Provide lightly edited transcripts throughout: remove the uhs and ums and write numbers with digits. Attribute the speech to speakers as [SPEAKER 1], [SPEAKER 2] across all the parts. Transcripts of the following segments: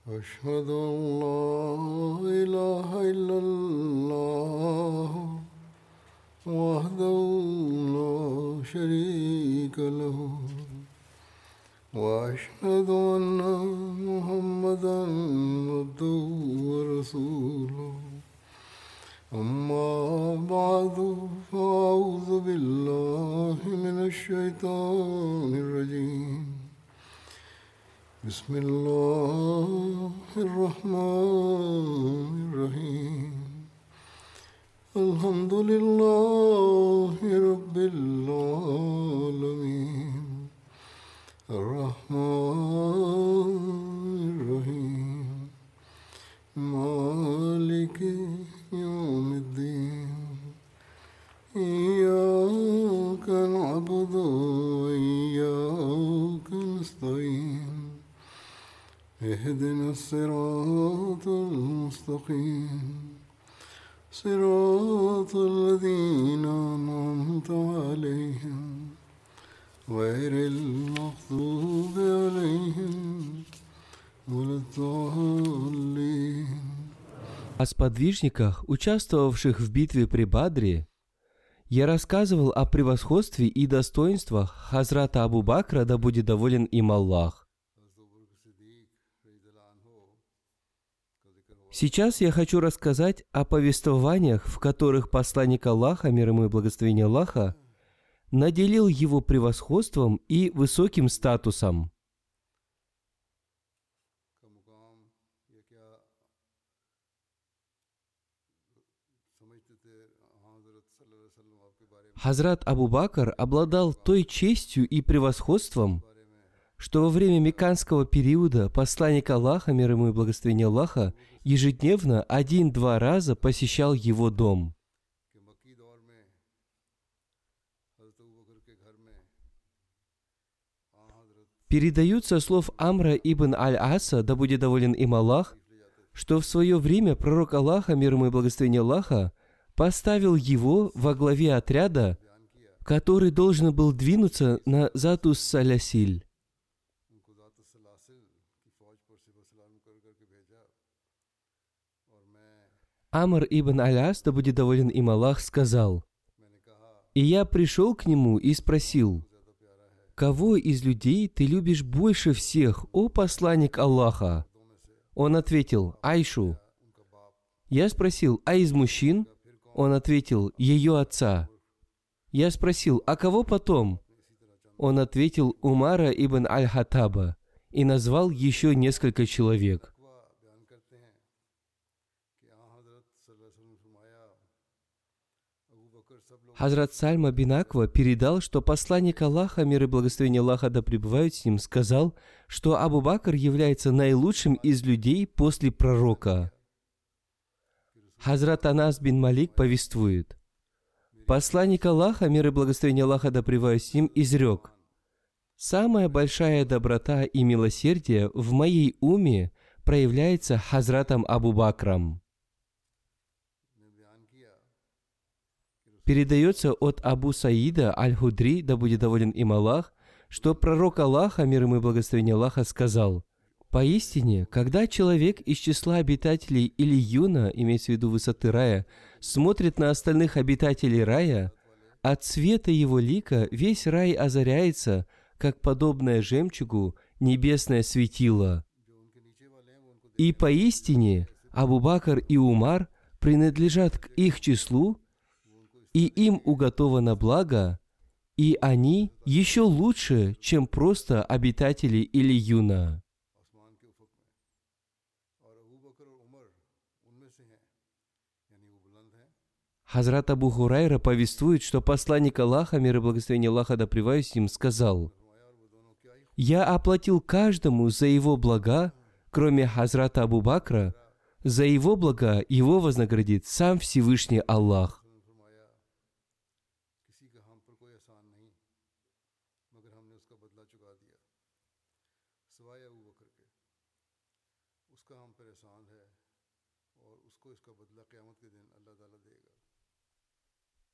[SPEAKER 1] أشهد أن لا إله إلا الله وحده لا شريك له وأشهد أن محمدا عبده ورسوله أما بعد فأعوذ بالله من الشيطان الرجيم بسم الله الرحمن الرحيم الحمد لله رب العالمين الرحمن الرحيم مالك يوم الدين إياك نعبد وإياك نستعين اهدنا الصراط المستقيم صراط الذين أنعمت عليهم غير المغضوب عليهم ولا الضالين.
[SPEAKER 2] О сподвижниках, участвовавших в битве при Бадре, я рассказывал о превосходстве и достоинствах Хазрата Абу Бакра, да будет доволен им Аллах. Сейчас я хочу рассказать о повествованиях, в которых посланник Аллаха, мир ему и благословение Аллаха, наделил его превосходством и высоким статусом. Хазрат Абу Бакр обладал той честью и превосходством, что во время мекканского периода посланник Аллаха, мир ему и благословение Аллаха, ежедневно 1-2 раза посещал его дом. Передают со слов Амра ибн Аль-Аса, да будет доволен им Аллах, что в свое время пророк Аллаха, мир ему и благословение Аллаха, поставил его во главе отряда, который должен был двинуться на Затус-Салясиль. Амр ибн Аль-Ас, да будет доволен им Аллах, сказал: «И я пришел к нему и спросил: кого из людей ты любишь больше всех, о посланник Аллаха?» Он ответил: «Айшу». Я спросил: «А из мужчин?» Он ответил: «Ее отца». Я спросил: «А кого потом?» Он ответил: «Умара ибн Аль-Хаттаба», и назвал еще несколько человек. Хазрат Сальма бин Аква передал, что посланник Аллаха, мир и благословение Аллаха да пребывают с ним, сказал, что Абу Бакр является наилучшим из людей после пророка. Хазрат Анас бин Малик повествует: посланник Аллаха, мир и благословение Аллаха да пребывают с ним, изрек: «Самая большая доброта и милосердие в моей уме проявляется Хазратом Абу Бакром». Передается от Абу Саида Аль-Худри, да будет доволен им Аллах, что пророк Аллаха, мир ему и благословение Аллаха, сказал: «Поистине, когда человек из числа обитателей или юна, имеется в виду высоты рая, смотрит на остальных обитателей рая, от света его лика весь рай озаряется, как подобное жемчугу небесное светило. И поистине Абу Бакр и Умар принадлежат к их числу, и им уготовано благо, и они еще лучше, чем просто обитатели или юна». Хазрат Абу Хурайра повествует, что посланник Аллаха, мир и благословение Аллаха да пребывают с ним, сказал: «Я оплатил каждому за его блага, кроме Хазрата Абу Бакра, за его блага его вознаградит сам Всевышний Аллах».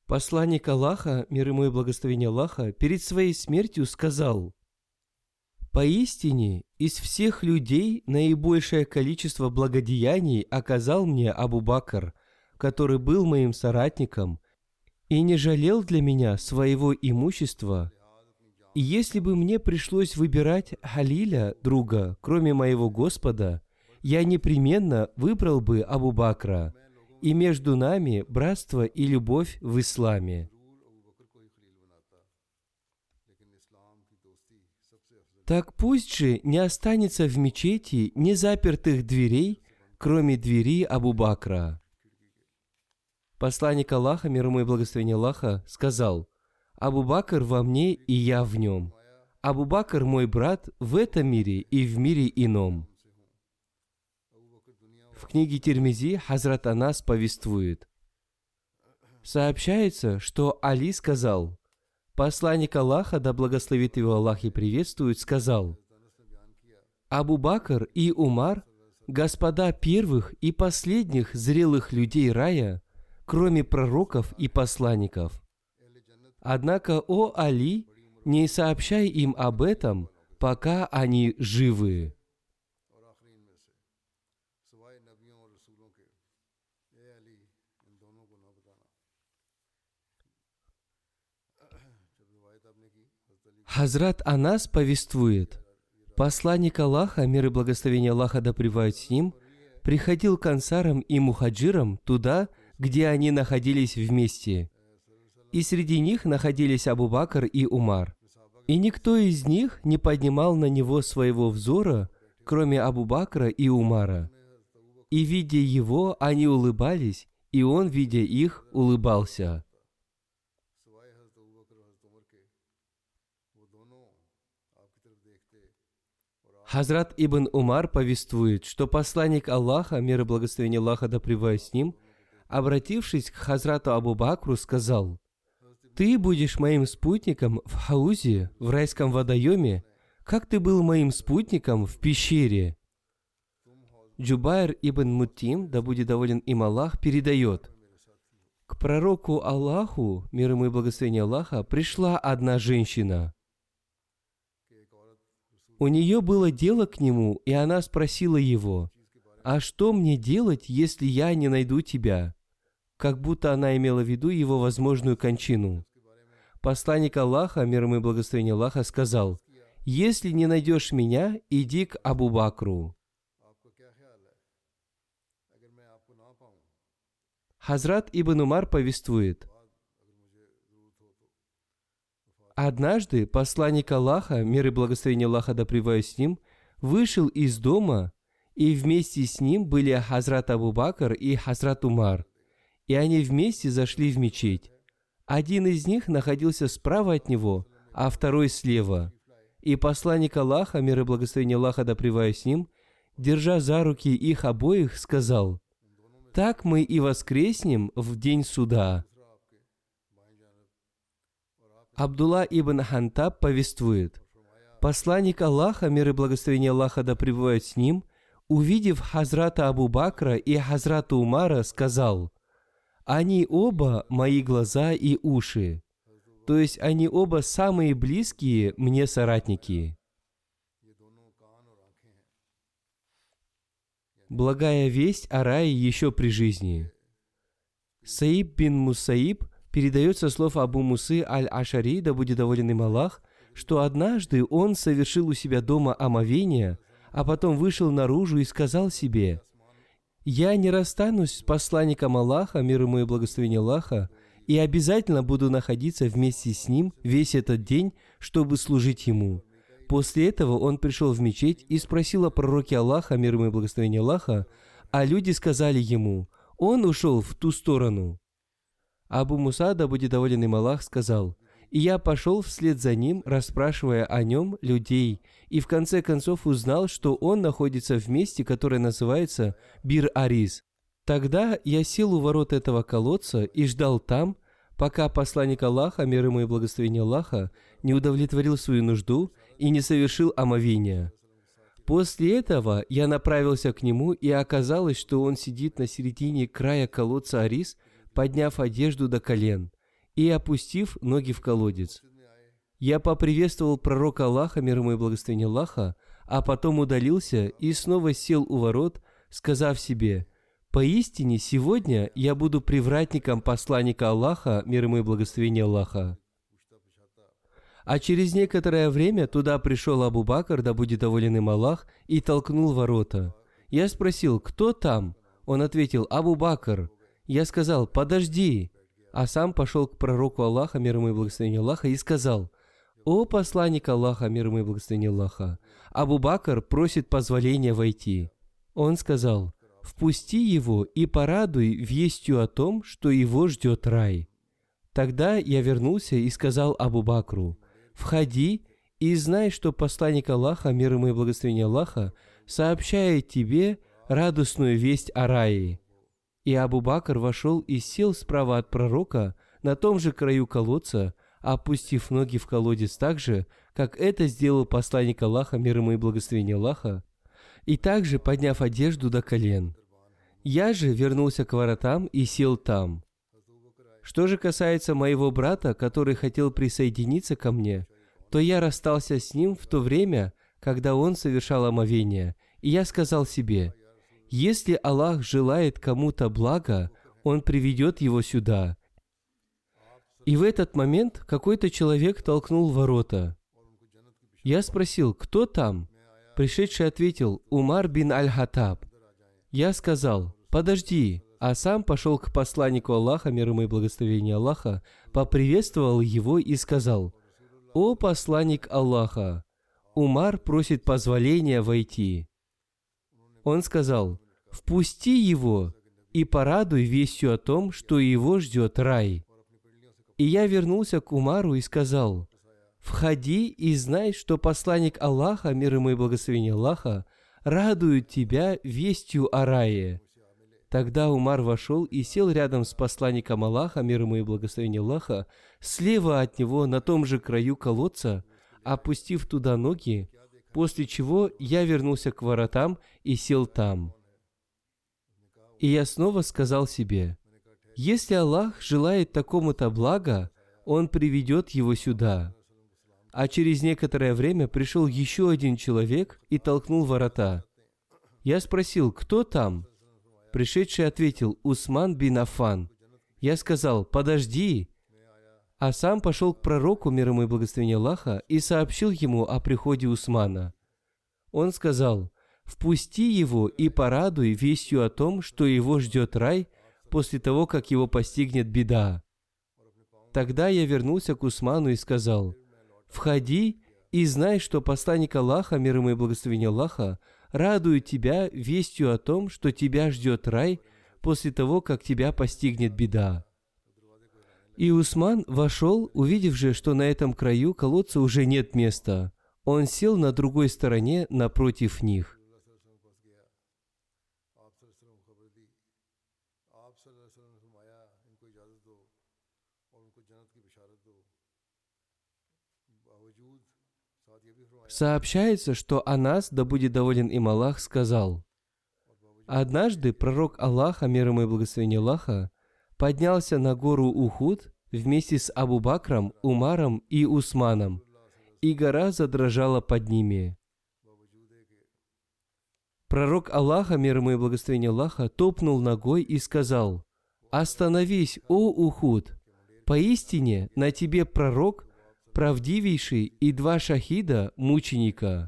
[SPEAKER 2] Посланник Аллаха, мир ему и благословение Аллаха, перед своей смертью сказал: Поистине, из всех людей наибольшее количество благодеяний оказал мне Абу Бакр, который был моим соратником и не жалел для меня своего имущества. И если бы мне пришлось выбирать Халиля, друга, кроме моего Господа, я непременно выбрал бы Абу Бакра, и между нами братство и любовь в исламе. Так пусть же не останется в мечети незапертых дверей, кроме двери Абу Бакра. Посланник Аллаха, мир ему и благословение Аллаха, сказал: Абу Бакр во мне, и я в нем. Абу Бакр мой брат в этом мире и в мире ином. В книге Тирмизи Хазрат Анас повествует. Сообщается, что Али сказал: посланник Аллаха, да благословит его Аллах и приветствует, сказал: Абу Бакр и Умар, господа первых и последних зрелых людей рая, кроме пророков и посланников. Однако, о Али, не сообщай им об этом, пока они живы. Хазрат Анас повествует: посланник Аллаха, мир и благословение Аллаха да пребывает с ним, приходил к ансарам и мухаджирам туда, где они находились вместе. И среди них находились Абу Бакр и Умар. И никто из них не поднимал на него своего взора, кроме Абу Бакра и Умара. И, видя его, они улыбались, и он, видя их, улыбался. Хазрат Ибн Умар повествует, что посланник Аллаха, мир и благословение Аллаха да пребывает с ним, обратившись к Хазрату Абу Бакру, сказал: «Ты будешь моим спутником в Хаузе, в райском водоеме, как ты был моим спутником в пещере». Джубайр ибн Мутим, да будет доволен им Аллах, передает: к пророку Аллаху, мир ему и благословение Аллаха, пришла одна женщина. У нее было дело к нему, и она спросила его: «А что мне делать, если я не найду тебя?» Как будто она имела в виду его возможную кончину. Посланник Аллаха, мир ему и благословение Аллаха, сказал: «Если не найдешь меня, иди к Абу Бакру». Хазрат Ибн Умар повествует: однажды посланник Аллаха, мир и благословение Аллаха да пребывает с ним, вышел из дома, и вместе с ним были Хазрат Абу Бакр и Хазрат Умар, и они вместе зашли в мечеть. Один из них находился справа от него, а второй слева. И посланник Аллаха, мир и благословение Аллаха да пребывает с ним, держа за руки их обоих, сказал: «Так мы и воскреснем в день суда». Абдулла ибн Хантаб повествует: посланник Аллаха, мир и благословение Аллаха да пребывает с ним, увидев Хазрата Абу Бакра и Хазрата Умара, сказал: «Они оба мои глаза и уши», то есть они оба самые близкие мне соратники. Благая весть о рае еще при жизни. Саиб бин Мусаиб передает со слов Абу Мусы аль-Ашари, да будет доволен им Аллах, что однажды он совершил у себя дома омовение, а потом вышел наружу и сказал себе: «Я не расстанусь с посланником Аллаха, мир ему и благословение Аллаха, и обязательно буду находиться вместе с ним весь этот день, чтобы служить ему». После этого он пришел в мечеть и спросил о пророке Аллаха, мир ему и благословение Аллаха, а люди сказали ему: «Он ушел в ту сторону». Абу Муса, да будет доволен им Аллах, сказал: «И я пошел вслед за ним, расспрашивая о нем людей, и в конце концов узнал, что он находится в месте, которое называется Бир-Арис. Тогда я сел у ворот этого колодца и ждал там, пока посланник Аллаха, мир ему и благословение Аллаха, не удовлетворил свою нужду и не совершил омовения. После этого я направился к нему, и оказалось, что он сидит на середине края колодца Арис, подняв одежду до колен и опустив ноги в колодец. Я поприветствовал пророка Аллаха, мир ему и благословение Аллаха, а потом удалился и снова сел у ворот, сказав себе: «Поистине сегодня я буду привратником посланника Аллаха, мир ему и благословение Аллаха». А через некоторое время туда пришел Абу Бакр, да будет доволен им Аллах, и толкнул ворота. Я спросил: «Кто там?» Он ответил: «Абу Бакр». Я сказал: «Подожди», а сам пошел к пророку Аллаха, мир ему и благословение Аллаха, и сказал: «О посланник Аллаха, мир ему и благословение Аллаха, Абу Бакр просит позволения войти». Он сказал: «Впусти его и порадуй вестью о том, что его ждет рай». Тогда я вернулся и сказал Абу Бакру: «Входи и знай, что посланник Аллаха, мир ему и благословение Аллаха, сообщает тебе радостную весть о рае». И Абу Бакр вошел и сел справа от пророка на том же краю колодца, опустив ноги в колодец так же, как это сделал посланник Аллаха, мир ему и благословение Аллаха, и также подняв одежду до колен. Я же вернулся к воротам и сел там. Что же касается моего брата, который хотел присоединиться ко мне, то я расстался с ним в то время, когда он совершал омовение, и я сказал себе: «Если Аллах желает кому-то блага, Он приведет его сюда». И в этот момент какой-то человек толкнул ворота. Я спросил: «Кто там?» Пришедший ответил: «Умар бин Аль-Хаттаб». Я сказал: «Подожди», а сам пошел к посланнику Аллаха, мир ему и благословение Аллаха, поприветствовал его и сказал: «О посланник Аллаха, Умар просит позволения войти». Он сказал: «Впусти его и порадуй вестью о том, что его ждет рай». И я вернулся к Умару и сказал: «Входи и знай, что посланник Аллаха, мир ему и благословение Аллаха, радует тебя вестью о рае». Тогда Умар вошел и сел рядом с посланником Аллаха, мир ему и благословение Аллаха, слева от него на том же краю колодца, опустив туда ноги, после чего я вернулся к воротам и сел там. И я снова сказал себе: если Аллах желает такому-то блага, Он приведет его сюда. А через некоторое время пришел еще один человек и толкнул ворота. Я спросил: «Кто там?» Пришедший ответил: «Усман бин Аффан». Я сказал: «Подожди», а сам пошел к пророку, мир ему и благословение Аллаха, и сообщил ему о приходе Усмана. Он сказал: «Впусти его и порадуй вестью о том, что его ждет рай после того, как его постигнет беда». Тогда я вернулся к Усману и сказал: «Входи и знай, что посланник Аллаха, мир ему и благословение Аллаха, радует тебя вестью о том, что тебя ждет рай после того, как тебя постигнет беда». И Усман вошел, увидев же, что на этом краю колодца уже нет места. Он сел на другой стороне напротив них. Сообщается, что Анас, да будет доволен им Аллах, сказал: однажды пророк Аллаха, мир ему и благословение Аллаха, поднялся на гору Ухуд вместе с Абу Бакром, Умаром и Усманом, и гора задрожала под ними. Пророк Аллаха, мир ему и благословение Аллаха, топнул ногой и сказал: «Остановись, о Ухуд! Поистине на тебе пророк, правдивейший, и два шахида, мученика».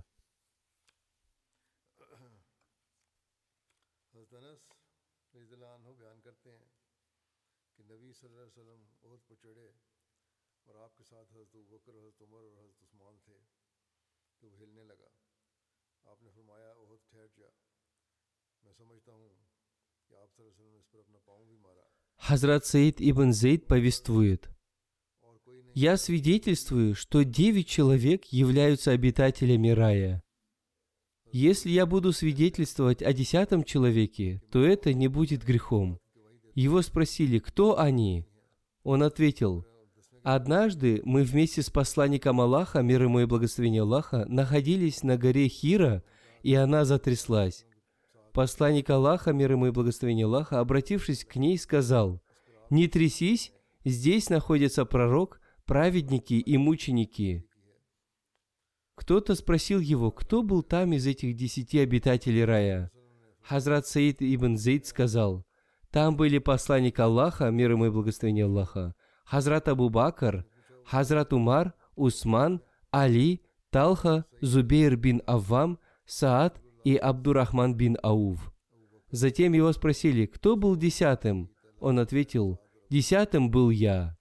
[SPEAKER 2] Хазрат Саид ибн Зейд повествует: «Я свидетельствую, что 9 человек являются обитателями рая. Если я буду свидетельствовать о 10-м человеке, то это не будет грехом». Его спросили: «Кто они?» Он ответил: «Однажды мы вместе с посланником Аллаха, мир ему и благословение Аллаха, находились на горе Хира, и она затряслась. Посланник Аллаха, мир ему и благословение Аллаха, обратившись к ней, сказал: «Не трясись, здесь находится пророк, праведники и мученики. Кто-то спросил его, кто был там из этих 10 обитателей рая. Хазрат Саид ибн Зейд сказал, там были посланник Аллаха, мир ему и благословение Аллаха, Хазрат Абу Бакр, Хазрат Умар, Усман, Али, Талха, Зубейр бин Аввам, Саад и Абдурахман бин Ауф. Затем его спросили, кто был 10-м? Он ответил, 10-м был я.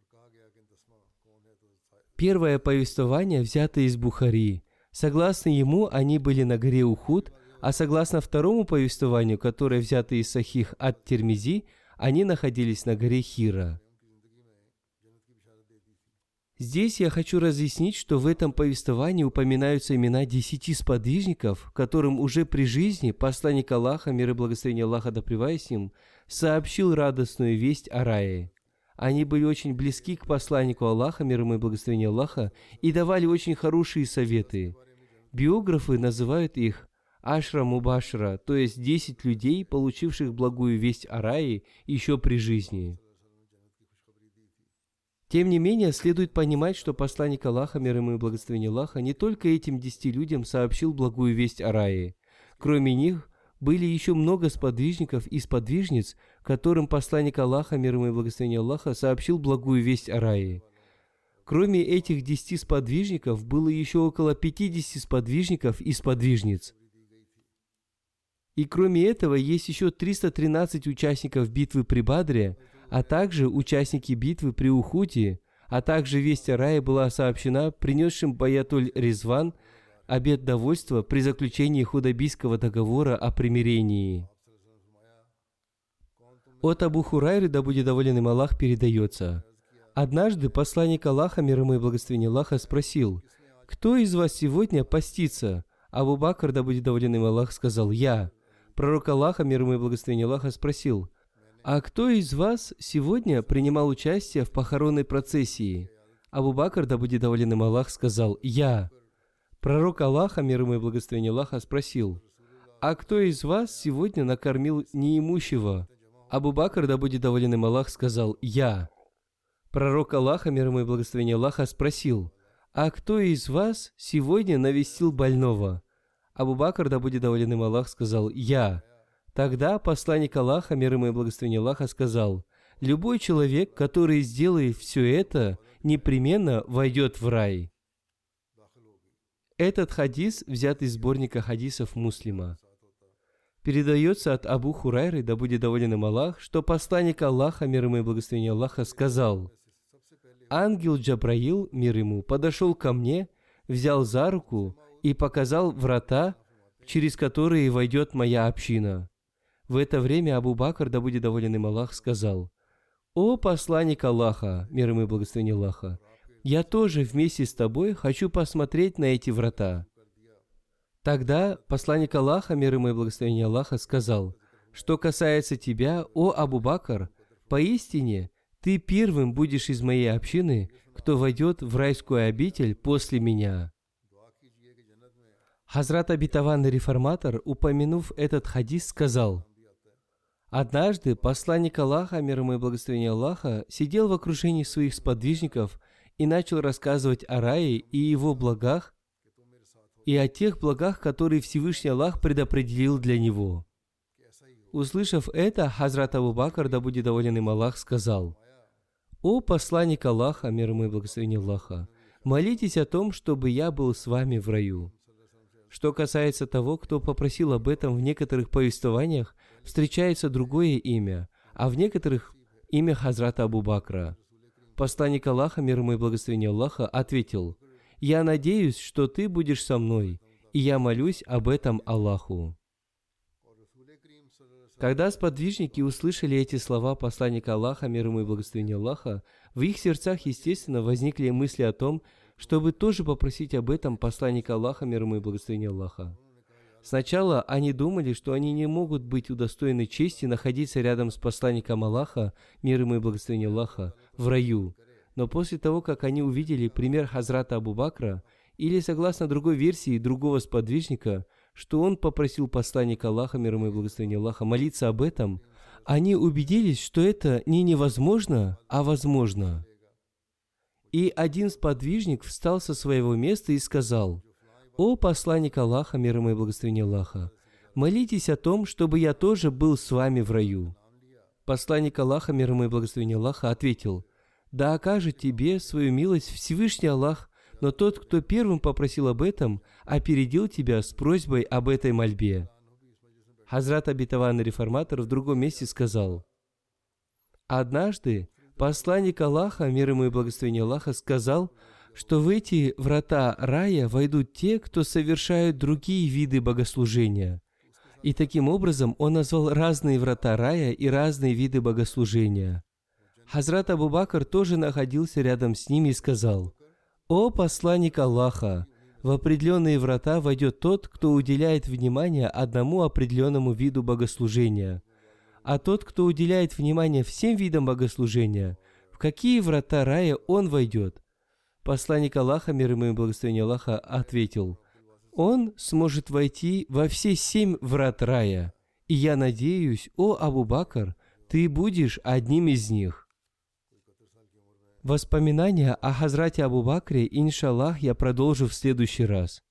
[SPEAKER 2] Первое повествование взято из Бухари. Согласно ему, они были на горе Ухуд, а согласно второму повествованию, которое взято из Сахих ат-Тирмизи, они находились на горе Хира. Здесь я хочу разъяснить, что в этом повествовании упоминаются имена 10 сподвижников, которым уже при жизни посланник Аллаха, мир и благословение Аллаха да пребывает с ним, сообщил радостную весть о рае. Они были очень близки к посланнику Аллаха, мир ему и благословение Аллаха, и давали очень хорошие советы. Биографы называют их Ашра Мубашра, то есть 10 людей, получивших благую весть о рае еще при жизни. Тем не менее, следует понимать, что посланник Аллаха, мир ему и благословение Аллаха, не только этим 10 людям сообщил благую весть о рае. Кроме них, были еще много сподвижников и сподвижниц, которым посланник Аллаха, мир ему и благословение Аллаха, сообщил благую весть о рае. Кроме этих 10 сподвижников, было еще около 50 сподвижников и сподвижниц. И кроме этого, есть еще 313 участников битвы при Бадре, а также участники битвы при Ухуде, а также весть о рае была сообщена принесшим Баятуль Резван обет довольства при заключении Худайбийского договора о примирении. От Абу Хурайры, да будет доволен им Аллах, передается. Однажды посланник Аллаха, мир ему и благословение Аллаха, спросил, «Кто из вас сегодня постится?» Абу Бакр, да будет доволен им Аллах, сказал, «Я». Пророк Аллаха, мир ему и благословение Аллаха, спросил, «А кто из вас сегодня принимал участие в похоронной процессии?» Абу Бакр, да будет доволен им Аллах, сказал, «Я». Пророк Аллаха, мир ему и благословение Аллаха, спросил, «А кто из вас сегодня накормил неимущего?» Абу Бакр, да будет доволен им Аллах, сказал, «Я». Пророк Аллаха, мир ему и благословение Аллаха, спросил, «А кто из вас сегодня навестил больного?» Абу Бакр, да будет доволен им Аллах, сказал, «Я». Тогда посланник Аллаха, мир ему и благословение Аллаха, сказал, «Любой человек, который сделает все это, непременно войдет в рай». Этот хадис взят из сборника хадисов Муслима. Передается от Абу Хурайры, да будет доволен им Аллах, что посланник Аллаха, мир ему и благословение Аллаха, сказал, «Ангел Джабраил, мир ему, подошел ко мне, взял за руку и показал врата, через которые войдет моя община». В это время Абу Бакр, да будет доволен им Аллах, сказал, «О посланник Аллаха, мир ему и благословение Аллаха, я тоже вместе с тобой хочу посмотреть на эти врата». Тогда посланник Аллаха, мир ему и благословение Аллаха, сказал, «Что касается тебя, о Абу Бакр, поистине ты первым будешь из моей общины, кто войдет в райскую обитель после меня». Хазрат обетованный реформатор, упомянув этот хадис, сказал, «Однажды посланник Аллаха, мир ему и благословение Аллаха, сидел в окружении своих сподвижников и начал рассказывать о рае и его благах, и о тех благах, которые Всевышний Аллах предопределил для него. Услышав это, Хазрат Абу Бакр, да будет доволен им Аллах, сказал, «О посланник Аллаха, мир ему и благословение Аллаха, молитесь о том, чтобы я был с вами в раю». Что касается того, кто попросил об этом в некоторых повествованиях, встречается другое имя, а в некоторых имя Хазрата Абу Бакра. Посланник Аллаха, мир ему и благословение Аллаха, ответил, «Я надеюсь, что ты будешь со мной, и я молюсь об этом Аллаху». Когда сподвижники услышали эти слова посланника Аллаха, мир ему и благословение Аллаха, в их сердцах, естественно, возникли мысли о том, чтобы тоже попросить об этом посланника Аллаха, мир ему и благословение Аллаха. Сначала они думали, что они не могут быть удостоены чести находиться рядом с посланником Аллаха, мир ему и благословение Аллаха, в раю. Но после того, как они увидели пример Хазрата Абу Бакра, или согласно другой версии другого сподвижника, что он попросил посланника Аллаха, мир ему и благословение Аллаха, молиться об этом, они убедились, что это не невозможно, а возможно. И один сподвижник встал со своего места и сказал: «О посланник Аллаха, мир ему и благословение Аллаха, молитесь о том, чтобы я тоже был с вами в раю». Посланник Аллаха, мир ему и благословение Аллаха, ответил: «Да окажет тебе свою милость Всевышний Аллах, но тот, кто первым попросил об этом, опередил тебя с просьбой об этой мольбе». Хазрат обетованный реформатор в другом месте сказал: «Однажды посланник Аллаха, мир ему и благословение Аллаха, сказал, что в эти врата рая войдут те, кто совершают другие виды богослужения». И таким образом он назвал разные врата рая и разные виды богослужения. Хазрат Абу Бакр тоже находился рядом с ними и сказал: «О посланник Аллаха, в определенные врата войдет тот, кто уделяет внимание одному определенному виду богослужения, а тот, кто уделяет внимание всем видам богослужения, в какие врата рая он войдет?» Посланник Аллаха, мир ему и благословение Аллаха, ответил: «Он сможет войти во все 7 врат рая, и я надеюсь, о Абу Бакр, ты будешь одним из них». Воспоминания о Хазрате Абу Бакре, иншаллах, я продолжу в следующий раз.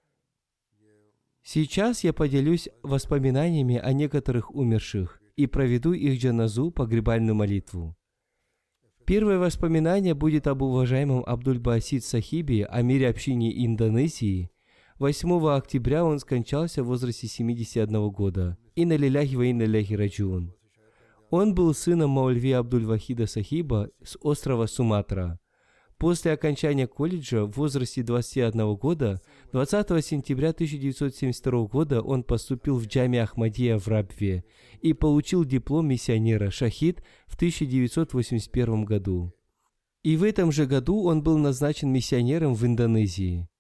[SPEAKER 2] Сейчас я поделюсь воспоминаниями о некоторых умерших и проведу их джаназу, погребальную молитву. Первое воспоминание будет об уважаемом Абдуль-Басид Сахибе, амире общины Индонезии. 8 октября он скончался в возрасте 71 года. Инна лилляхи ва инна илляйхи раджиун. Он был сыном Маульви Абдуль-Вахида Сахиба с острова Суматра. После окончания колледжа в возрасте 21 года, 20 сентября 1972 года он поступил в Джами Ахмадия в Рабве и получил диплом миссионера «Шахид» в 1981 году. И в этом же году он был назначен миссионером в Индонезии.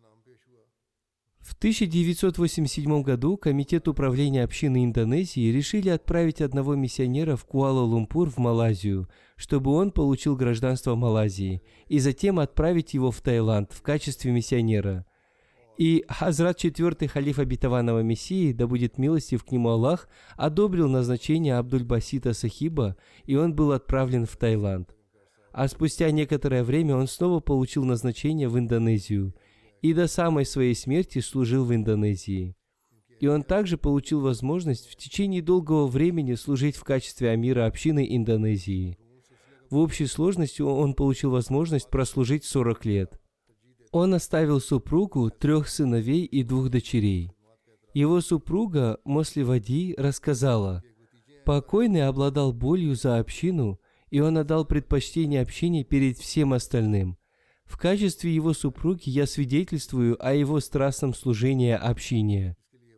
[SPEAKER 2] В 1987 году Комитет управления общины Индонезии решили отправить одного миссионера в Куала-Лумпур в Малайзию, чтобы он получил гражданство Малайзии, и затем отправить его в Таиланд в качестве миссионера. И Хазрат IV халиф обетованного Мессии, да будет милостив к нему Аллах, одобрил назначение Абдуль-Басита Сахиба, и он был отправлен в Таиланд. А спустя некоторое время он снова получил назначение в Индонезию, и до самой своей смерти служил в Индонезии. И он также получил возможность в течение долгого времени служить в качестве амира общины Индонезии. В общей сложности он получил возможность прослужить 40 лет. Он оставил супругу, 3 сыновей и 2 дочерей. Его супруга Мосли-Вади рассказала: «Покойный обладал болью за общину, и он отдал предпочтение общине перед всем остальным. В качестве его супруги я свидетельствую о его страстном служении общине».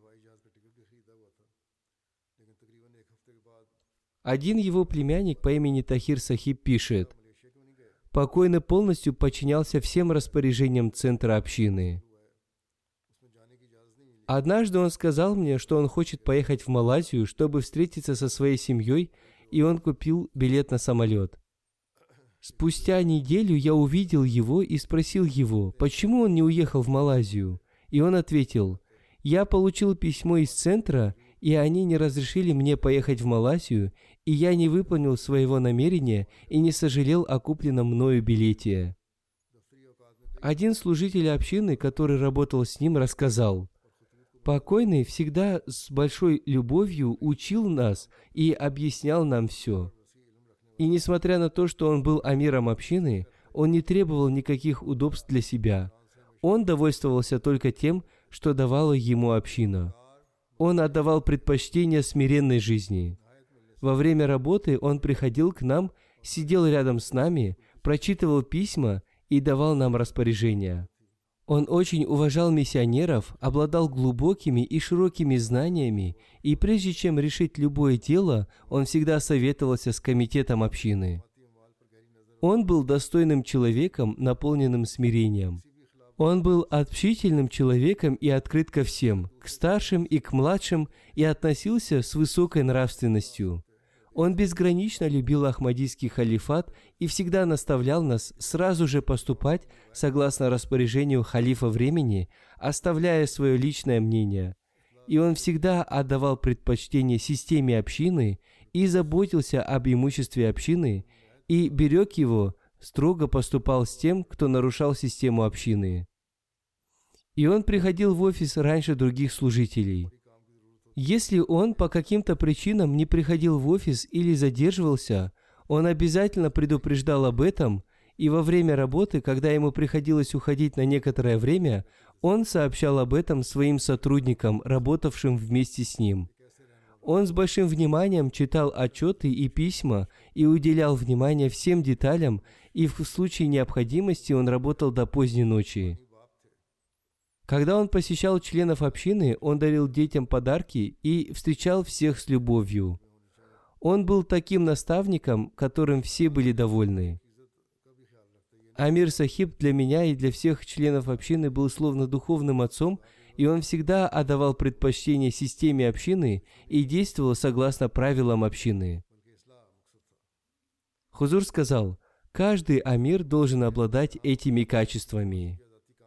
[SPEAKER 2] Один его племянник по имени Тахир Сахиб пишет: «Покойный полностью подчинялся всем распоряжениям центра общины. Однажды он сказал мне, что он хочет поехать в Малайзию, чтобы встретиться со своей семьей, и он купил билет на самолет. Спустя неделю я увидел его и спросил его, почему он не уехал в Малайзию. И он ответил: «Я получил письмо из центра, и они не разрешили мне поехать в Малайзию, и я не выполнил своего намерения и не сожалел о купленном мною билете». Один служитель общины, который работал с ним, рассказал: «Покойный всегда с большой любовью учил нас и объяснял нам все. И несмотря на то, что он был амиром общины, он не требовал никаких удобств для себя. Он довольствовался только тем, что давала ему община. Он отдавал предпочтение смиренной жизни. Во время работы он приходил к нам, сидел рядом с нами, прочитывал письма и давал нам распоряжения. Он очень уважал миссионеров, обладал глубокими и широкими знаниями, и прежде чем решить любое дело, он всегда советовался с комитетом общины. Он был достойным человеком, наполненным смирением. Он был общительным человеком и открыт ко всем, к старшим и к младшим, и относился с высокой нравственностью. Он безгранично любил Ахмадийский халифат и всегда наставлял нас сразу же поступать согласно распоряжению халифа времени, оставляя свое личное мнение. И он всегда отдавал предпочтение системе общины и заботился об имуществе общины и берег его строго поступал с тем, кто нарушал систему общины. И он приходил в офис раньше других служителей. Если он по каким-то причинам не приходил в офис или задерживался, он обязательно предупреждал об этом, и во время работы, когда ему приходилось уходить на некоторое время, он сообщал об этом своим сотрудникам, работавшим вместе с ним. Он с большим вниманием читал отчеты и письма и уделял внимание всем деталям, и в случае необходимости он работал до поздней ночи. Когда он посещал членов общины, он дарил детям подарки и встречал всех с любовью. Он был таким наставником, которым все были довольны. Амир Сахиб для меня и для всех членов общины был словно духовным отцом, и он всегда отдавал предпочтение системе общины и действовал согласно правилам общины. Хузур сказал, каждый амир должен обладать этими качествами.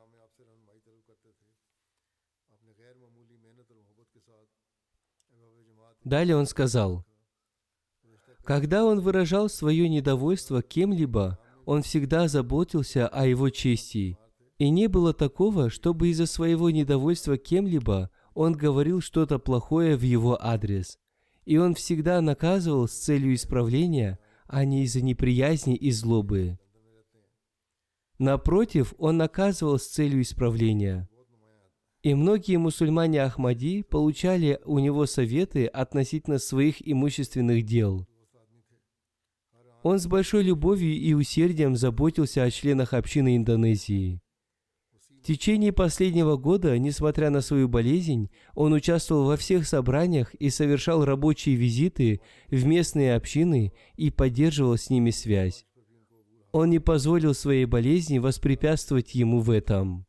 [SPEAKER 2] Далее он сказал, когда он выражал свое недовольство кем-либо, он всегда заботился о его чести. И не было такого, чтобы из-за своего недовольства кем-либо он говорил что-то плохое в его адрес. И он всегда наказывал с целью исправления, а не из-за неприязни и злобы. Напротив, он наказывал с целью исправления. И многие мусульмане Ахмади получали у него советы относительно своих имущественных дел. Он с большой любовью и усердием заботился о членах общины Индонезии. В течение последнего года, несмотря на свою болезнь, он участвовал во всех собраниях и совершал рабочие визиты в местные общины и поддерживал с ними связь. Он не позволил своей болезни воспрепятствовать ему в этом.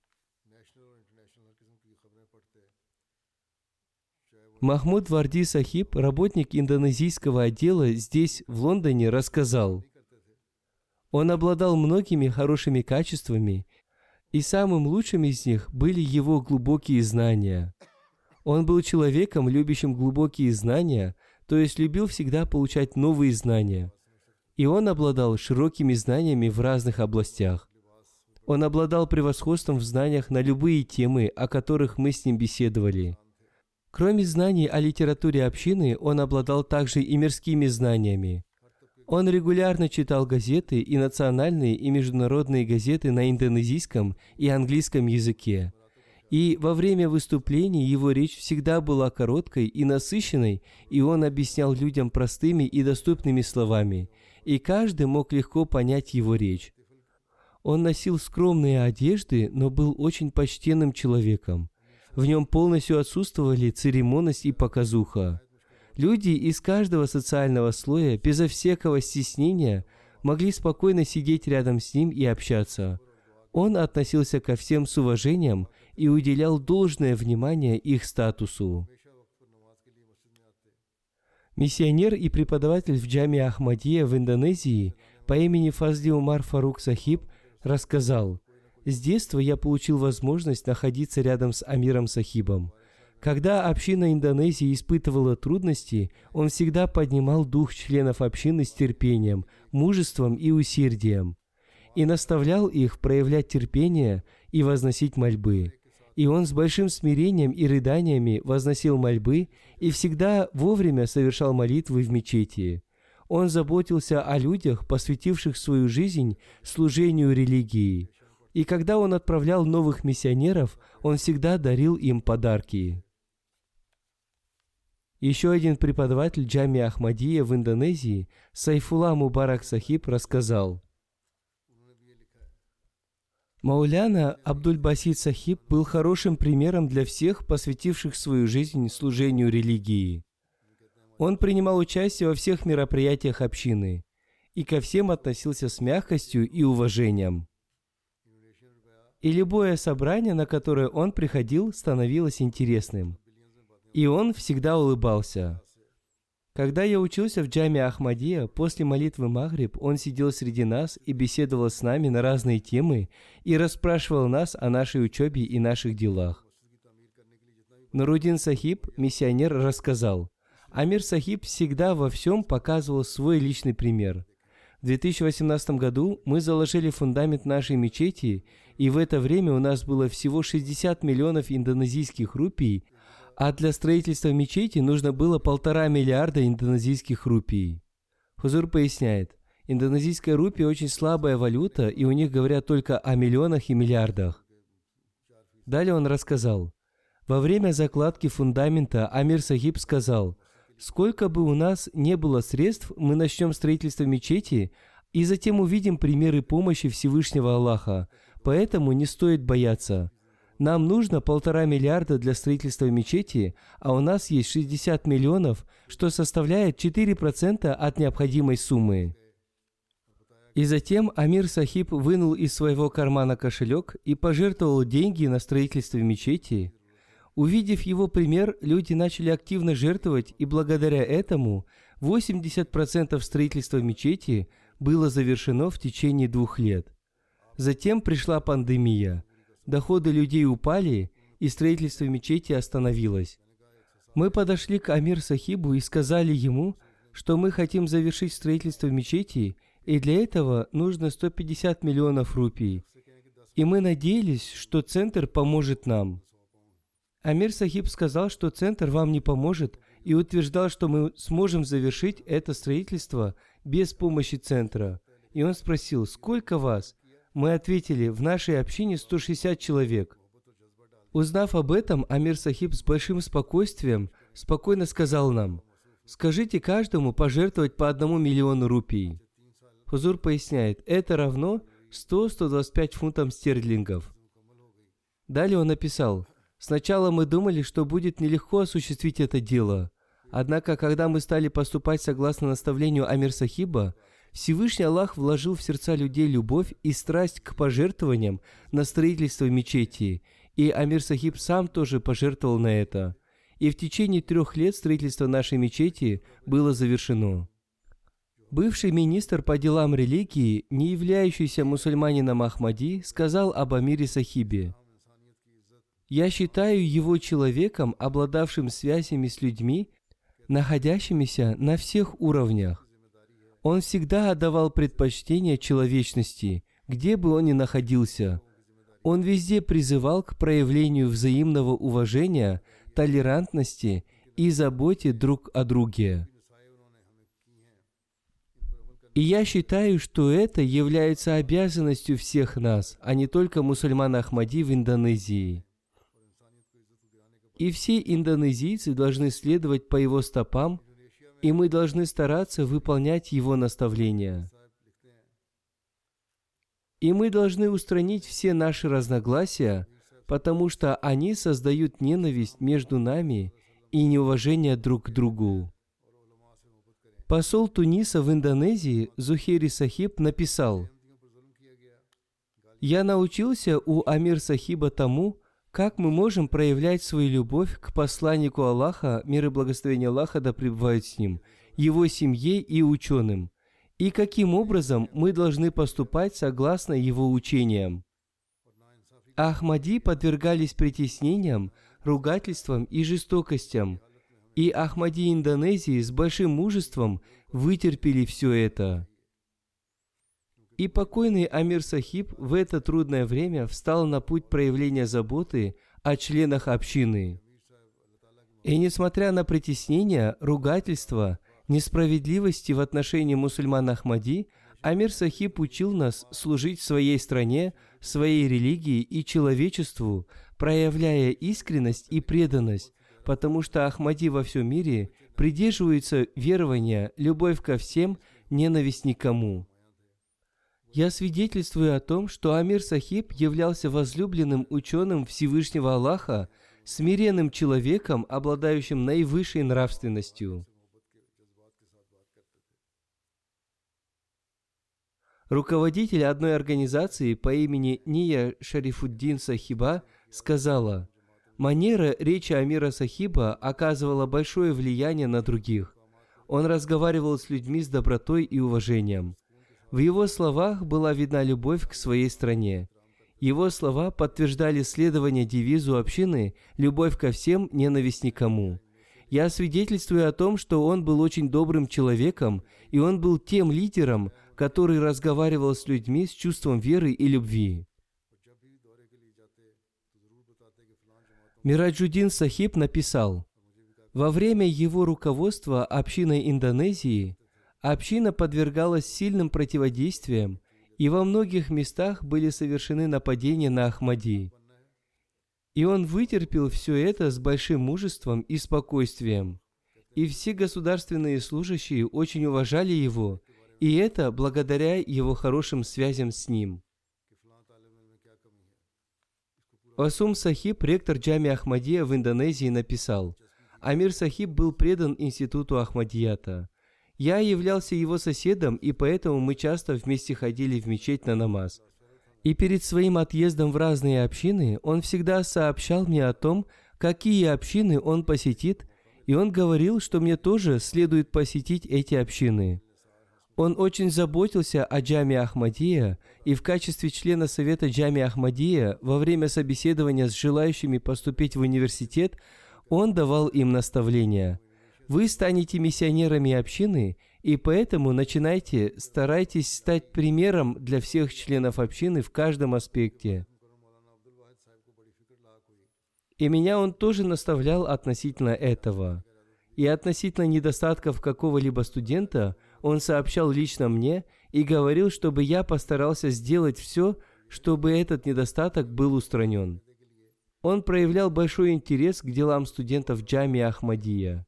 [SPEAKER 2] Махмуд Варди Сахиб, работник индонезийского отдела здесь, в Лондоне, рассказал, он обладал многими хорошими качествами, и самым лучшим из них были его глубокие знания. Он был человеком, любящим глубокие знания, то есть любил всегда получать новые знания. И он обладал широкими знаниями в разных областях. Он обладал превосходством в знаниях на любые темы, о которых мы с ним беседовали. Кроме знаний о литературе общины, он обладал также и мирскими знаниями. Он регулярно читал газеты и национальные и международные газеты на индонезийском и английском языке. И во время выступлений его речь всегда была короткой и насыщенной, и он объяснял людям простыми и доступными словами, и каждый мог легко понять его речь. Он носил скромные одежды, но был очень почтенным человеком. В нем полностью отсутствовали церемонность и показуха. Люди из каждого социального слоя, безо всякого стеснения, могли спокойно сидеть рядом с ним и общаться. Он относился ко всем с уважением и уделял должное внимание их статусу. Миссионер и преподаватель в джаме Ахмадия в Индонезии по имени Фазли Умар Фарук Сахиб рассказал, «С детства я получил возможность находиться рядом с Амиром Сахибом. Когда община Индонезии испытывала трудности, он всегда поднимал дух членов общины с терпением, мужеством и усердием, и наставлял их проявлять терпение и возносить мольбы. И он с большим смирением и рыданиями возносил мольбы и всегда вовремя совершал молитвы в мечети. Он заботился о людях, посвятивших свою жизнь служению религии. И когда он отправлял новых миссионеров, он всегда дарил им подарки». Еще один преподаватель джами Ахмадия в Индонезии, Сайфулла Мубарак Сахиб, рассказал, Мауляна Абдуль-Басид Сахиб был хорошим примером для всех, посвятивших свою жизнь служению религии. Он принимал участие во всех мероприятиях общины и ко всем относился с мягкостью и уважением. И любое собрание, на которое он приходил, становилось интересным. И он всегда улыбался. Когда я учился в джаме Ахмадия, после молитвы Магриб он сидел среди нас и беседовал с нами на разные темы и расспрашивал нас о нашей учебе и наших делах. Нуруддин Сахиб, миссионер, рассказал, Амир Сахиб всегда во всем показывал свой личный пример. В 2018 году мы заложили фундамент нашей мечети, и в это время у нас было всего 60 миллионов индонезийских рупий, а для строительства мечети нужно было 1,5 миллиарда индонезийских рупий. Хузур поясняет, индонезийская рупия очень слабая валюта, и у них говорят только о миллионах и миллиардах. Далее он рассказал, во время закладки фундамента Амир Сахиб сказал, сколько бы у нас не было средств, мы начнем строительство мечети и затем увидим примеры помощи Всевышнего Аллаха, поэтому не стоит бояться. Нам нужно 1,5 миллиарда для строительства мечети, а у нас есть 60 миллионов, что составляет 4% от необходимой суммы. И затем Амир Сахиб вынул из своего кармана кошелек и пожертвовал деньги на строительство мечети. Увидев его пример, люди начали активно жертвовать, и благодаря этому 80% строительства мечети было завершено в течение 2 лет. Затем пришла пандемия. Доходы людей упали, и строительство мечети остановилось. Мы подошли к Амир Сахибу и сказали ему, что мы хотим завершить строительство мечети, и для этого нужно 150 миллионов рупий. И мы надеялись, что центр поможет нам. Амир Сахиб сказал, что центр вам не поможет, и утверждал, что мы сможем завершить это строительство без помощи центра. И он спросил, сколько вас? Мы ответили, в нашей общине 160 человек. Узнав об этом, Амир Сахиб с большим спокойствием спокойно сказал нам, скажите каждому пожертвовать по 1 миллиону рупий. Хузур поясняет, это равно 100-125 фунтам стерлингов. Далее он написал, сначала мы думали, что будет нелегко осуществить это дело. Однако, когда мы стали поступать согласно наставлению Амир Сахиба, Всевышний Аллах вложил в сердца людей любовь и страсть к пожертвованиям на строительство мечети, и Амир Сахиб сам тоже пожертвовал на это. И в течение 3 лет строительство нашей мечети было завершено. Бывший министр по делам религии, не являющийся мусульманином Ахмади, сказал об Амире Сахибе, «Я считаю его человеком, обладавшим связями с людьми, находящимися на всех уровнях. Он всегда отдавал предпочтение человечности, где бы он ни находился. Он везде призывал к проявлению взаимного уважения, толерантности и заботе друг о друге. И я считаю, что это является обязанностью всех нас, а не только мусульман Ахмади в Индонезии. И все индонезийцы должны следовать по его стопам, и мы должны стараться выполнять его наставления. И мы должны устранить все наши разногласия, потому что они создают ненависть между нами и неуважение друг к другу. Посол Туниса в Индонезии Зухейри Сахиб написал, «Я научился у Амир Сахиба тому, как мы можем проявлять свою любовь к посланнику Аллаха, мир и благословение Аллаха да пребывают с ним, его семье и ученым, и каким образом мы должны поступать согласно его учениям. Ахмади подвергались притеснениям, ругательствам и жестокостям, и Ахмади Индонезии с большим мужеством вытерпели все это. И покойный Амир Сахиб в это трудное время встал на путь проявления заботы о членах общины. И несмотря на притеснения, ругательства, несправедливости в отношении мусульман Ахмади, Амир Сахиб учил нас служить своей стране, своей религии и человечеству, проявляя искренность и преданность, потому что Ахмади во всем мире придерживаются верования «любовь ко всем, ненависть никому». Я свидетельствую о том, что Амир Сахиб являлся возлюбленным ученым Всевышнего Аллаха, смиренным человеком, обладающим наивысшей нравственностью. Руководитель одной организации по имени Ния Шарифуддин Сахиба сказала, манера речи Амира Сахиба оказывала большое влияние на других. Он разговаривал с людьми с добротой и уважением. В его словах была видна любовь к своей стране. Его слова подтверждали следование девизу общины «Любовь ко всем, ненависть никому». Я свидетельствую о том, что он был очень добрым человеком, и он был тем лидером, который разговаривал с людьми с чувством веры и любви. Мираджуддин Сахиб написал: во время его руководства общиной Индонезии община подвергалась сильным противодействиям, и во многих местах были совершены нападения на Ахмади. И он вытерпел все это с большим мужеством и спокойствием. И все государственные служащие очень уважали его, и это благодаря его хорошим связям с ним. Васум Сахиб, ректор Джами Ахмадия в Индонезии, написал: Амир Сахиб был предан институту Ахмадията. Я являлся его соседом, и поэтому мы часто вместе ходили в мечеть на намаз. И перед своим отъездом в разные общины он всегда сообщал мне о том, какие общины он посетит, и он говорил, что мне тоже следует посетить эти общины. Он очень заботился о Джами Ахмадия, и в качестве члена Совета Джами Ахмадия во время собеседования с желающими поступить в университет он давал им наставления. Вы станете миссионерами общины, и поэтому старайтесь стать примером для всех членов общины в каждом аспекте. И меня он тоже наставлял относительно этого. И относительно недостатков какого-либо студента он сообщал лично мне и говорил, чтобы я постарался сделать все, чтобы этот недостаток был устранен. Он проявлял большой интерес к делам студентов Джами Ахмадия.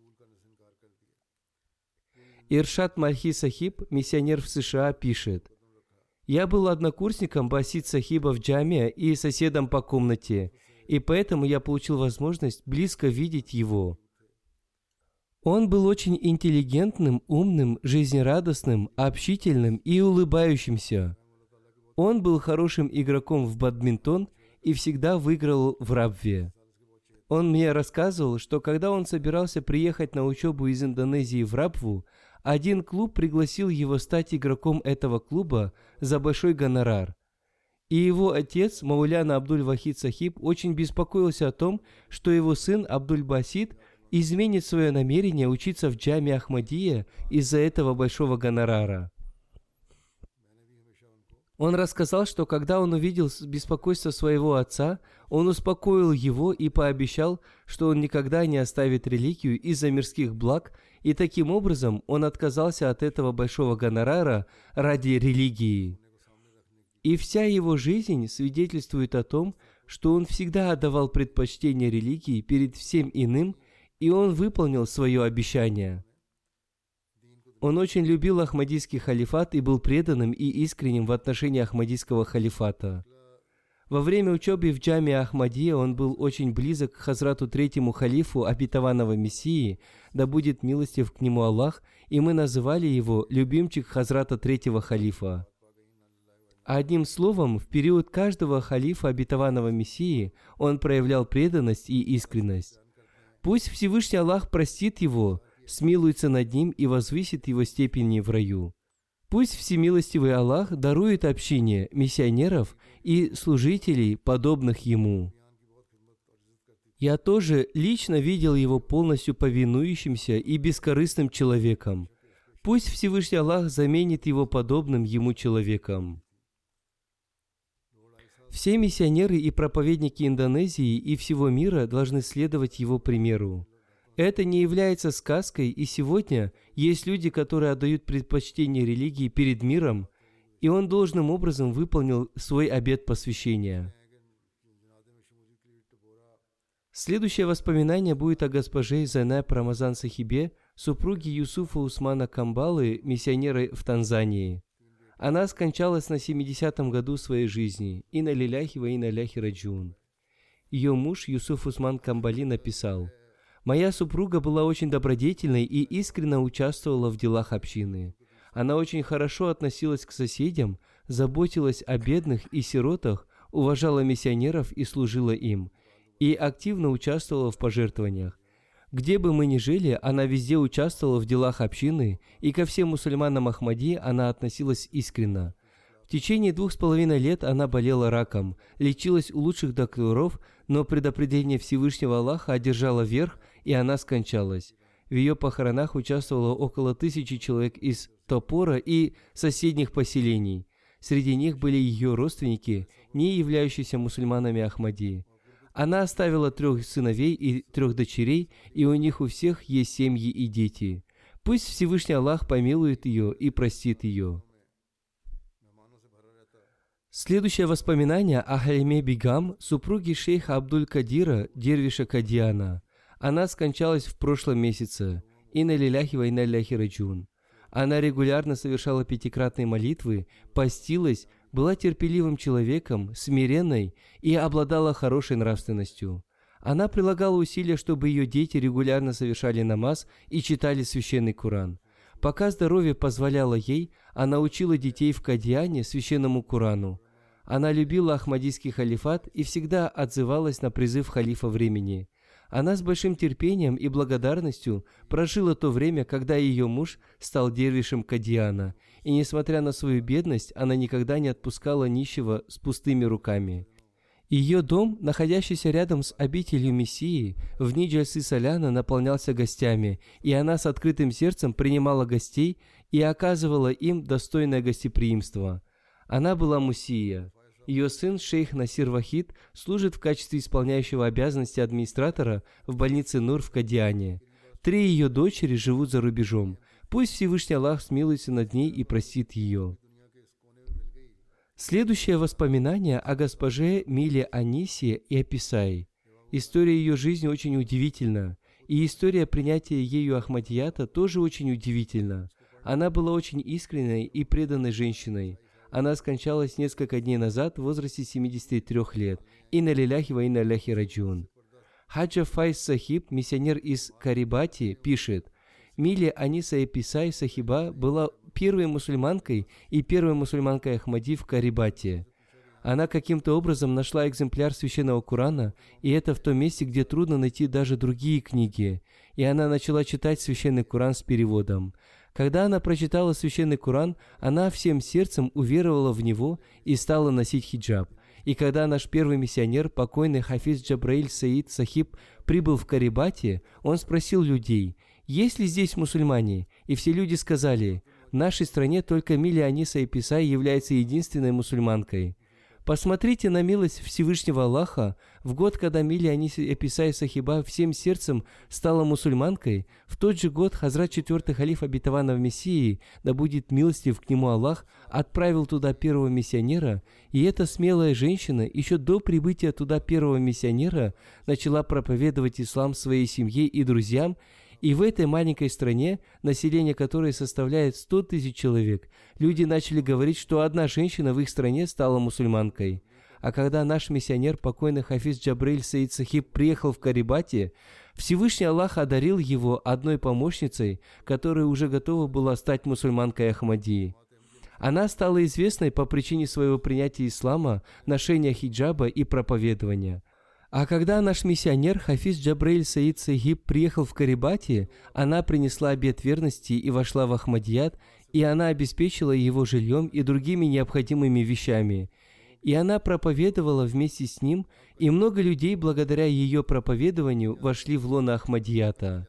[SPEAKER 2] Иршад Мальхи Сахиб, миссионер в США, пишет: «Я был однокурсником Басид Сахиба в Джамия и соседом по комнате, и поэтому я получил возможность близко видеть его. Он был очень интеллигентным, умным, жизнерадостным, общительным и улыбающимся. Он был хорошим игроком в бадминтон и всегда выиграл в рабве. Он мне рассказывал, что когда он собирался приехать на учебу из Индонезии в Рабву, один клуб пригласил его стать игроком этого клуба за большой гонорар. И его отец, Мауляна Абдуль-Вахид Сахиб, очень беспокоился о том, что его сын Абдуль-Басид изменит свое намерение учиться в Джами Ахмадия из-за этого большого гонорара. Он рассказал, что когда он увидел беспокойство своего отца, он успокоил его и пообещал, что он никогда не оставит религию из-за мирских благ, и таким образом он отказался от этого большого гонорара ради религии. И вся его жизнь свидетельствует о том, что он всегда отдавал предпочтение религии перед всем иным, и он выполнил свое обещание. Он очень любил Ахмадийский халифат и был преданным и искренним в отношении Ахмадийского халифата. Во время учебы в Джами Ахмадия он был очень близок к Хазрату Третьему халифу обетованного Мессии, да будет милостив к нему Аллах, и мы называли его любимчик Хазрата Третьего халифа. Одним словом, в период каждого халифа обетованного Мессии он проявлял преданность и искренность. Пусть Всевышний Аллах простит его, смилуется над ним и возвысит его степени в раю. Пусть Всемилостивый Аллах дарует общине миссионеров и служителей, подобных ему. Я тоже лично видел его полностью повинующимся и бескорыстным человеком. Пусть Всевышний Аллах заменит его подобным ему человеком. Все миссионеры и проповедники Индонезии и всего мира должны следовать его примеру. Это не является сказкой, и сегодня есть люди, которые отдают предпочтение религии перед миром, и он должным образом выполнил свой обет посвящения. Следующее воспоминание будет о госпоже Зайнаб Рамазан Сахибе, супруге Юсуфа Усмана Камбалы, миссионера в Танзании. Она скончалась на 70-м году своей жизни. Инна лиляхи ва инна иляйхи раджиун. Ее муж Юсуф Усман Камбали написал: «Моя супруга была очень добродетельной и искренне участвовала в делах общины. Она очень хорошо относилась к соседям, заботилась о бедных и сиротах, уважала миссионеров и служила им, и активно участвовала в пожертвованиях. Где бы мы ни жили, она везде участвовала в делах общины, и ко всем мусульманам Ахмади она относилась искренно. В течение 2,5 лет она болела раком, лечилась у лучших докторов, но предопределение Всевышнего Аллаха одержало верх, и она скончалась. В ее похоронах участвовало около 1000 человек из Топора и соседних поселений. Среди них были ее родственники, не являющиеся мусульманами Ахмадии. Она оставила 3 сыновей и 3 дочерей, и у них у всех есть семьи и дети. Пусть Всевышний Аллах помилует ее и простит ее. Следующее воспоминание о Халиме Бигам, супруге шейха Абдуль-Кадира, дервиша Кадиана. Она скончалась в прошлом месяце. Инна лиляхи ва инна иляйхи раджиун. Она регулярно совершала 5-кратные молитвы, постилась, была терпеливым человеком, смиренной и обладала хорошей нравственностью. Она прилагала усилия, чтобы ее дети регулярно совершали намаз и читали священный Коран. Пока здоровье позволяло ей, она учила детей в Кадиане священному Корану. Она любила Ахмадийский халифат и всегда отзывалась на призыв халифа времени. Она с большим терпением и благодарностью прожила то время, когда ее муж стал дервишем Кадиана, и, несмотря на свою бедность, она никогда не отпускала нищего с пустыми руками. Ее дом, находящийся рядом с обителью Мессии, в дни Джальсы Соляна наполнялся гостями, и она с открытым сердцем принимала гостей и оказывала им достойное гостеприимство. Она была мусия. Ее сын, шейх Насир Вахид, служит в качестве исполняющего обязанности администратора в больнице Нур в Кадиане. 3 ее дочери живут за рубежом. Пусть Всевышний Аллах смилуется над ней и простит ее. Следующее воспоминание о госпоже Миле Анисе и Аписай. История ее жизни очень удивительна, и история принятия ею Ахмадията тоже очень удивительна. Она была очень искренней и преданной женщиной. Она скончалась несколько дней назад в возрасте 73 лет. Инна лиляхи ва инна иляйхи раджиун. Хаджа Файз Сахиб, миссионер из Карибати, пишет: Миле Аниса Аписай Сахиба была первой мусульманкой и первой мусульманкой Ахмади в Карибате. Она каким-то образом нашла экземпляр священного Корана, и это в том месте, где трудно найти даже другие книги. И она начала читать священный Коран с переводом. Когда она прочитала священный Коран, она всем сердцем уверовала в него и стала носить хиджаб. И когда наш первый миссионер, покойный Хафиз Джабраиль Саид Сахиб, прибыл в Карибате, он спросил людей: «Есть ли здесь мусульмане?» И все люди сказали: «В нашей стране только Миле Аниса Аписай является единственной мусульманкой». Посмотрите на милость Всевышнего Аллаха. В год, когда Миле Аниса Аписай Сахиба всем сердцем стала мусульманкой, в тот же год Хазрат 4-й халиф обетованного Мессии, да будет милостив к нему Аллах, отправил туда первого миссионера, и эта смелая женщина еще до прибытия туда первого миссионера начала проповедовать ислам своей семье и друзьям. И в этой маленькой стране, население которой составляет 100 000 человек, люди начали говорить, что одна женщина в их стране стала мусульманкой. А когда наш миссионер, покойный Хафиз Джабраиль Саид Сахиб, приехал в Карибати, Всевышний Аллах одарил его одной помощницей, которая уже готова была стать мусульманкой Ахмадии. Она стала известной по причине своего принятия ислама, ношения хиджаба и проповедования. А когда наш миссионер Хафиз Джабраиль Саид Сахиб приехал в Карибати, она принесла обет верности и вошла в Ахмадият, и она обеспечила его жильем и другими необходимыми вещами. И она проповедовала вместе с ним, и много людей благодаря ее проповедованию вошли в лоно Ахмадията.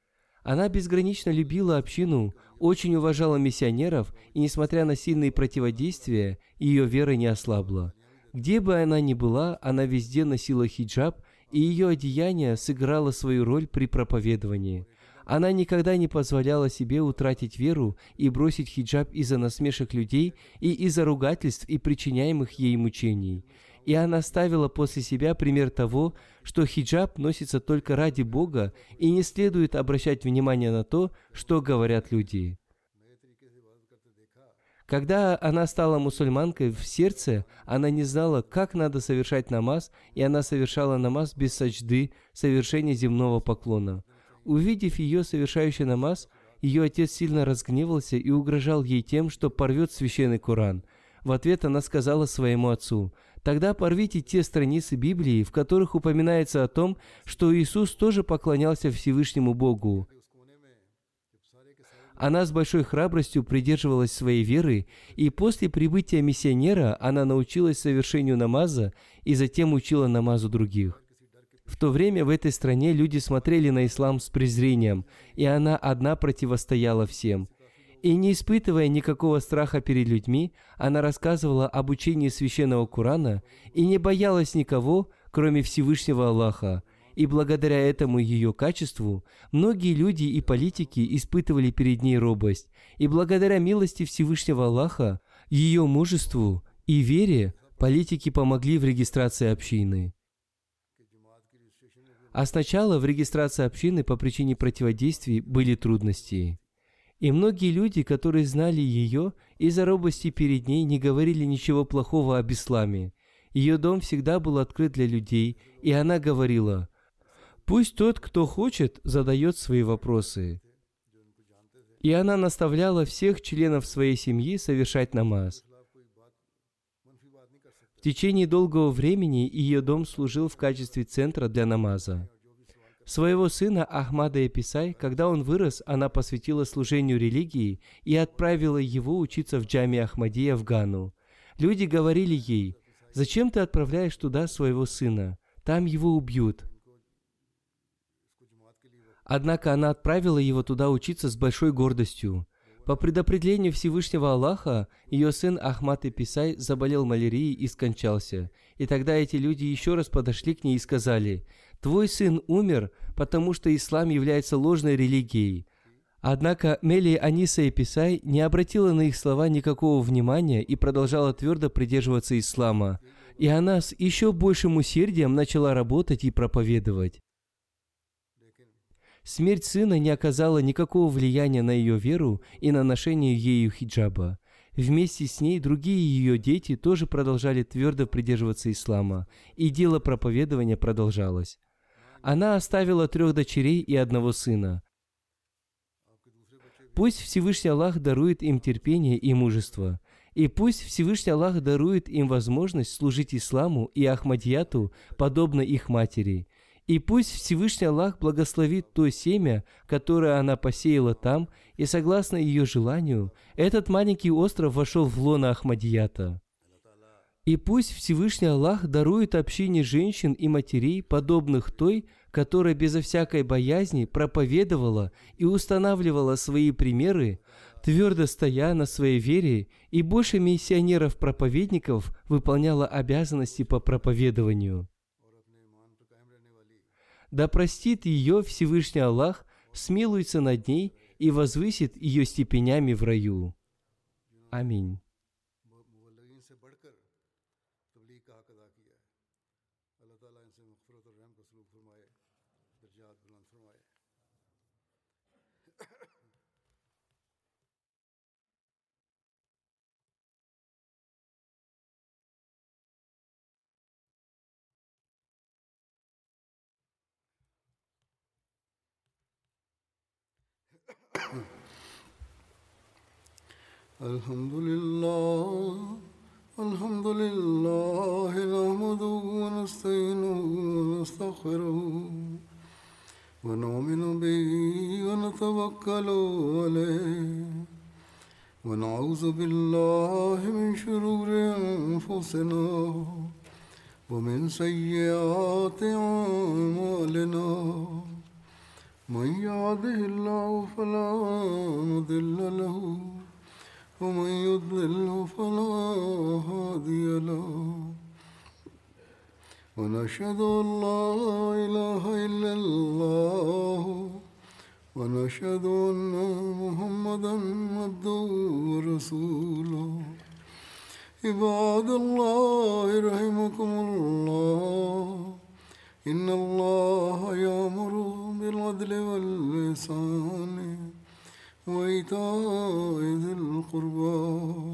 [SPEAKER 2] Она безгранично любила общину, очень уважала миссионеров, и несмотря на сильные противодействия, ее вера не ослабла. Где бы она ни была, она везде носила хиджаб, и ее одеяние сыграло свою роль при проповедовании. Она никогда не позволяла себе утратить веру и бросить хиджаб из-за насмешек людей и из-за ругательств и причиняемых ей мучений. И она оставила после себя пример того, что хиджаб носится только ради Бога и не следует обращать внимание на то, что говорят люди. Когда она стала мусульманкой в сердце, она не знала, как надо совершать намаз, и она совершала намаз без саджды, совершения земного поклона. Увидев ее совершающий намаз, ее отец сильно разгневался и угрожал ей тем, что порвет священный Коран. В ответ она сказала своему отцу: «Тогда порвите те страницы Библии, в которых упоминается о том, что Иисус тоже поклонялся Всевышнему Богу». Она с большой храбростью придерживалась своей веры, и после прибытия миссионера она научилась совершению намаза и затем учила намазу других. В то время в этой стране люди смотрели на ислам с презрением, и она одна противостояла всем. И не испытывая никакого страха перед людьми, она рассказывала об учении священного Корана и не боялась никого, кроме Всевышнего Аллаха. И благодаря этому ее качеству многие люди и политики испытывали перед ней робость. И благодаря милости Всевышнего Аллаха, ее мужеству и вере, политики помогли в регистрации общины. А сначала в регистрации общины по причине противодействий были трудности. И многие люди, которые знали ее, из-за робости перед ней не говорили ничего плохого об исламе. Ее дом всегда был открыт для людей, и она говорила: «Пусть тот, кто хочет, задает свои вопросы». И она наставляла всех членов своей семьи совершать намаз. В течение долгого времени ее дом служил в качестве центра для намаза. Своего сына Ахмада Эписай, когда он вырос, она посвятила служению религии и отправила его учиться в джаме Ахмадия в Гану. Люди говорили ей: «Зачем ты отправляешь туда своего сына? Там его убьют». Однако она отправила его туда учиться с большой гордостью. По предопределению Всевышнего Аллаха, ее сын Ахмад Эписай заболел малярией и скончался. И тогда эти люди еще раз подошли к ней и сказали: «Твой сын умер, потому что ислам является ложной религией». Однако Мели Аниса Эписай не обратила на их слова никакого внимания и продолжала твердо придерживаться ислама. И она с еще большим усердием начала работать и проповедовать. Смерть сына не оказала никакого влияния на ее веру и на ношение ею хиджаба. Вместе с ней другие ее дети тоже продолжали твердо придерживаться ислама, и дело проповедования продолжалось. Она оставила 3 дочерей и 1 сына. Пусть Всевышний Аллах дарует им терпение и мужество, и пусть Всевышний Аллах дарует им возможность служить исламу и Ахмадияту, подобно их матери. И пусть Всевышний Аллах благословит то семя, которое она посеяла там, и согласно ее желанию, этот маленький остров вошел в лоно Ахмадията. И пусть Всевышний Аллах дарует общине женщин и матерей, подобных той, которая безо всякой боязни проповедовала и устанавливала свои примеры, твердо стоя на своей вере, и больше миссионеров-проповедников выполняла обязанности по проповедованию. Да простит ее Всевышний Аллах, смилуется над ней и возвысит ее степенями в раю. Аминь.
[SPEAKER 1] الحمد لله نحمده ونستعينه ونستغفره ونؤمن به ونتوكل عليه ونعوذ بالله من شرور أنفسنا ومن سيئات أعمالنا من يهده الله فلا مضل له ومن يضلل فلا هادي له ونشهد أن لا إله إلا الله ونشهد أن محمدا عبده ورسوله عباد الله رحمكم الله إن الله يأمر بالعدل والإحسان وإيتاء ذي القربى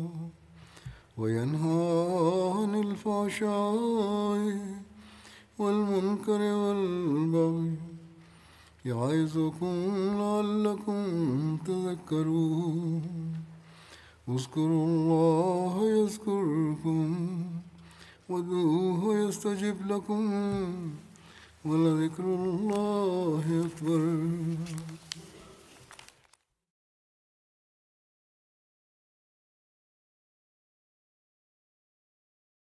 [SPEAKER 1] وينهى عن الفحشاء والمنكر والبغي يعظكم لعلكم تذكرون اذكروا الله يذكركم وادعوه يستجب لكم ولذكر الله أكبر.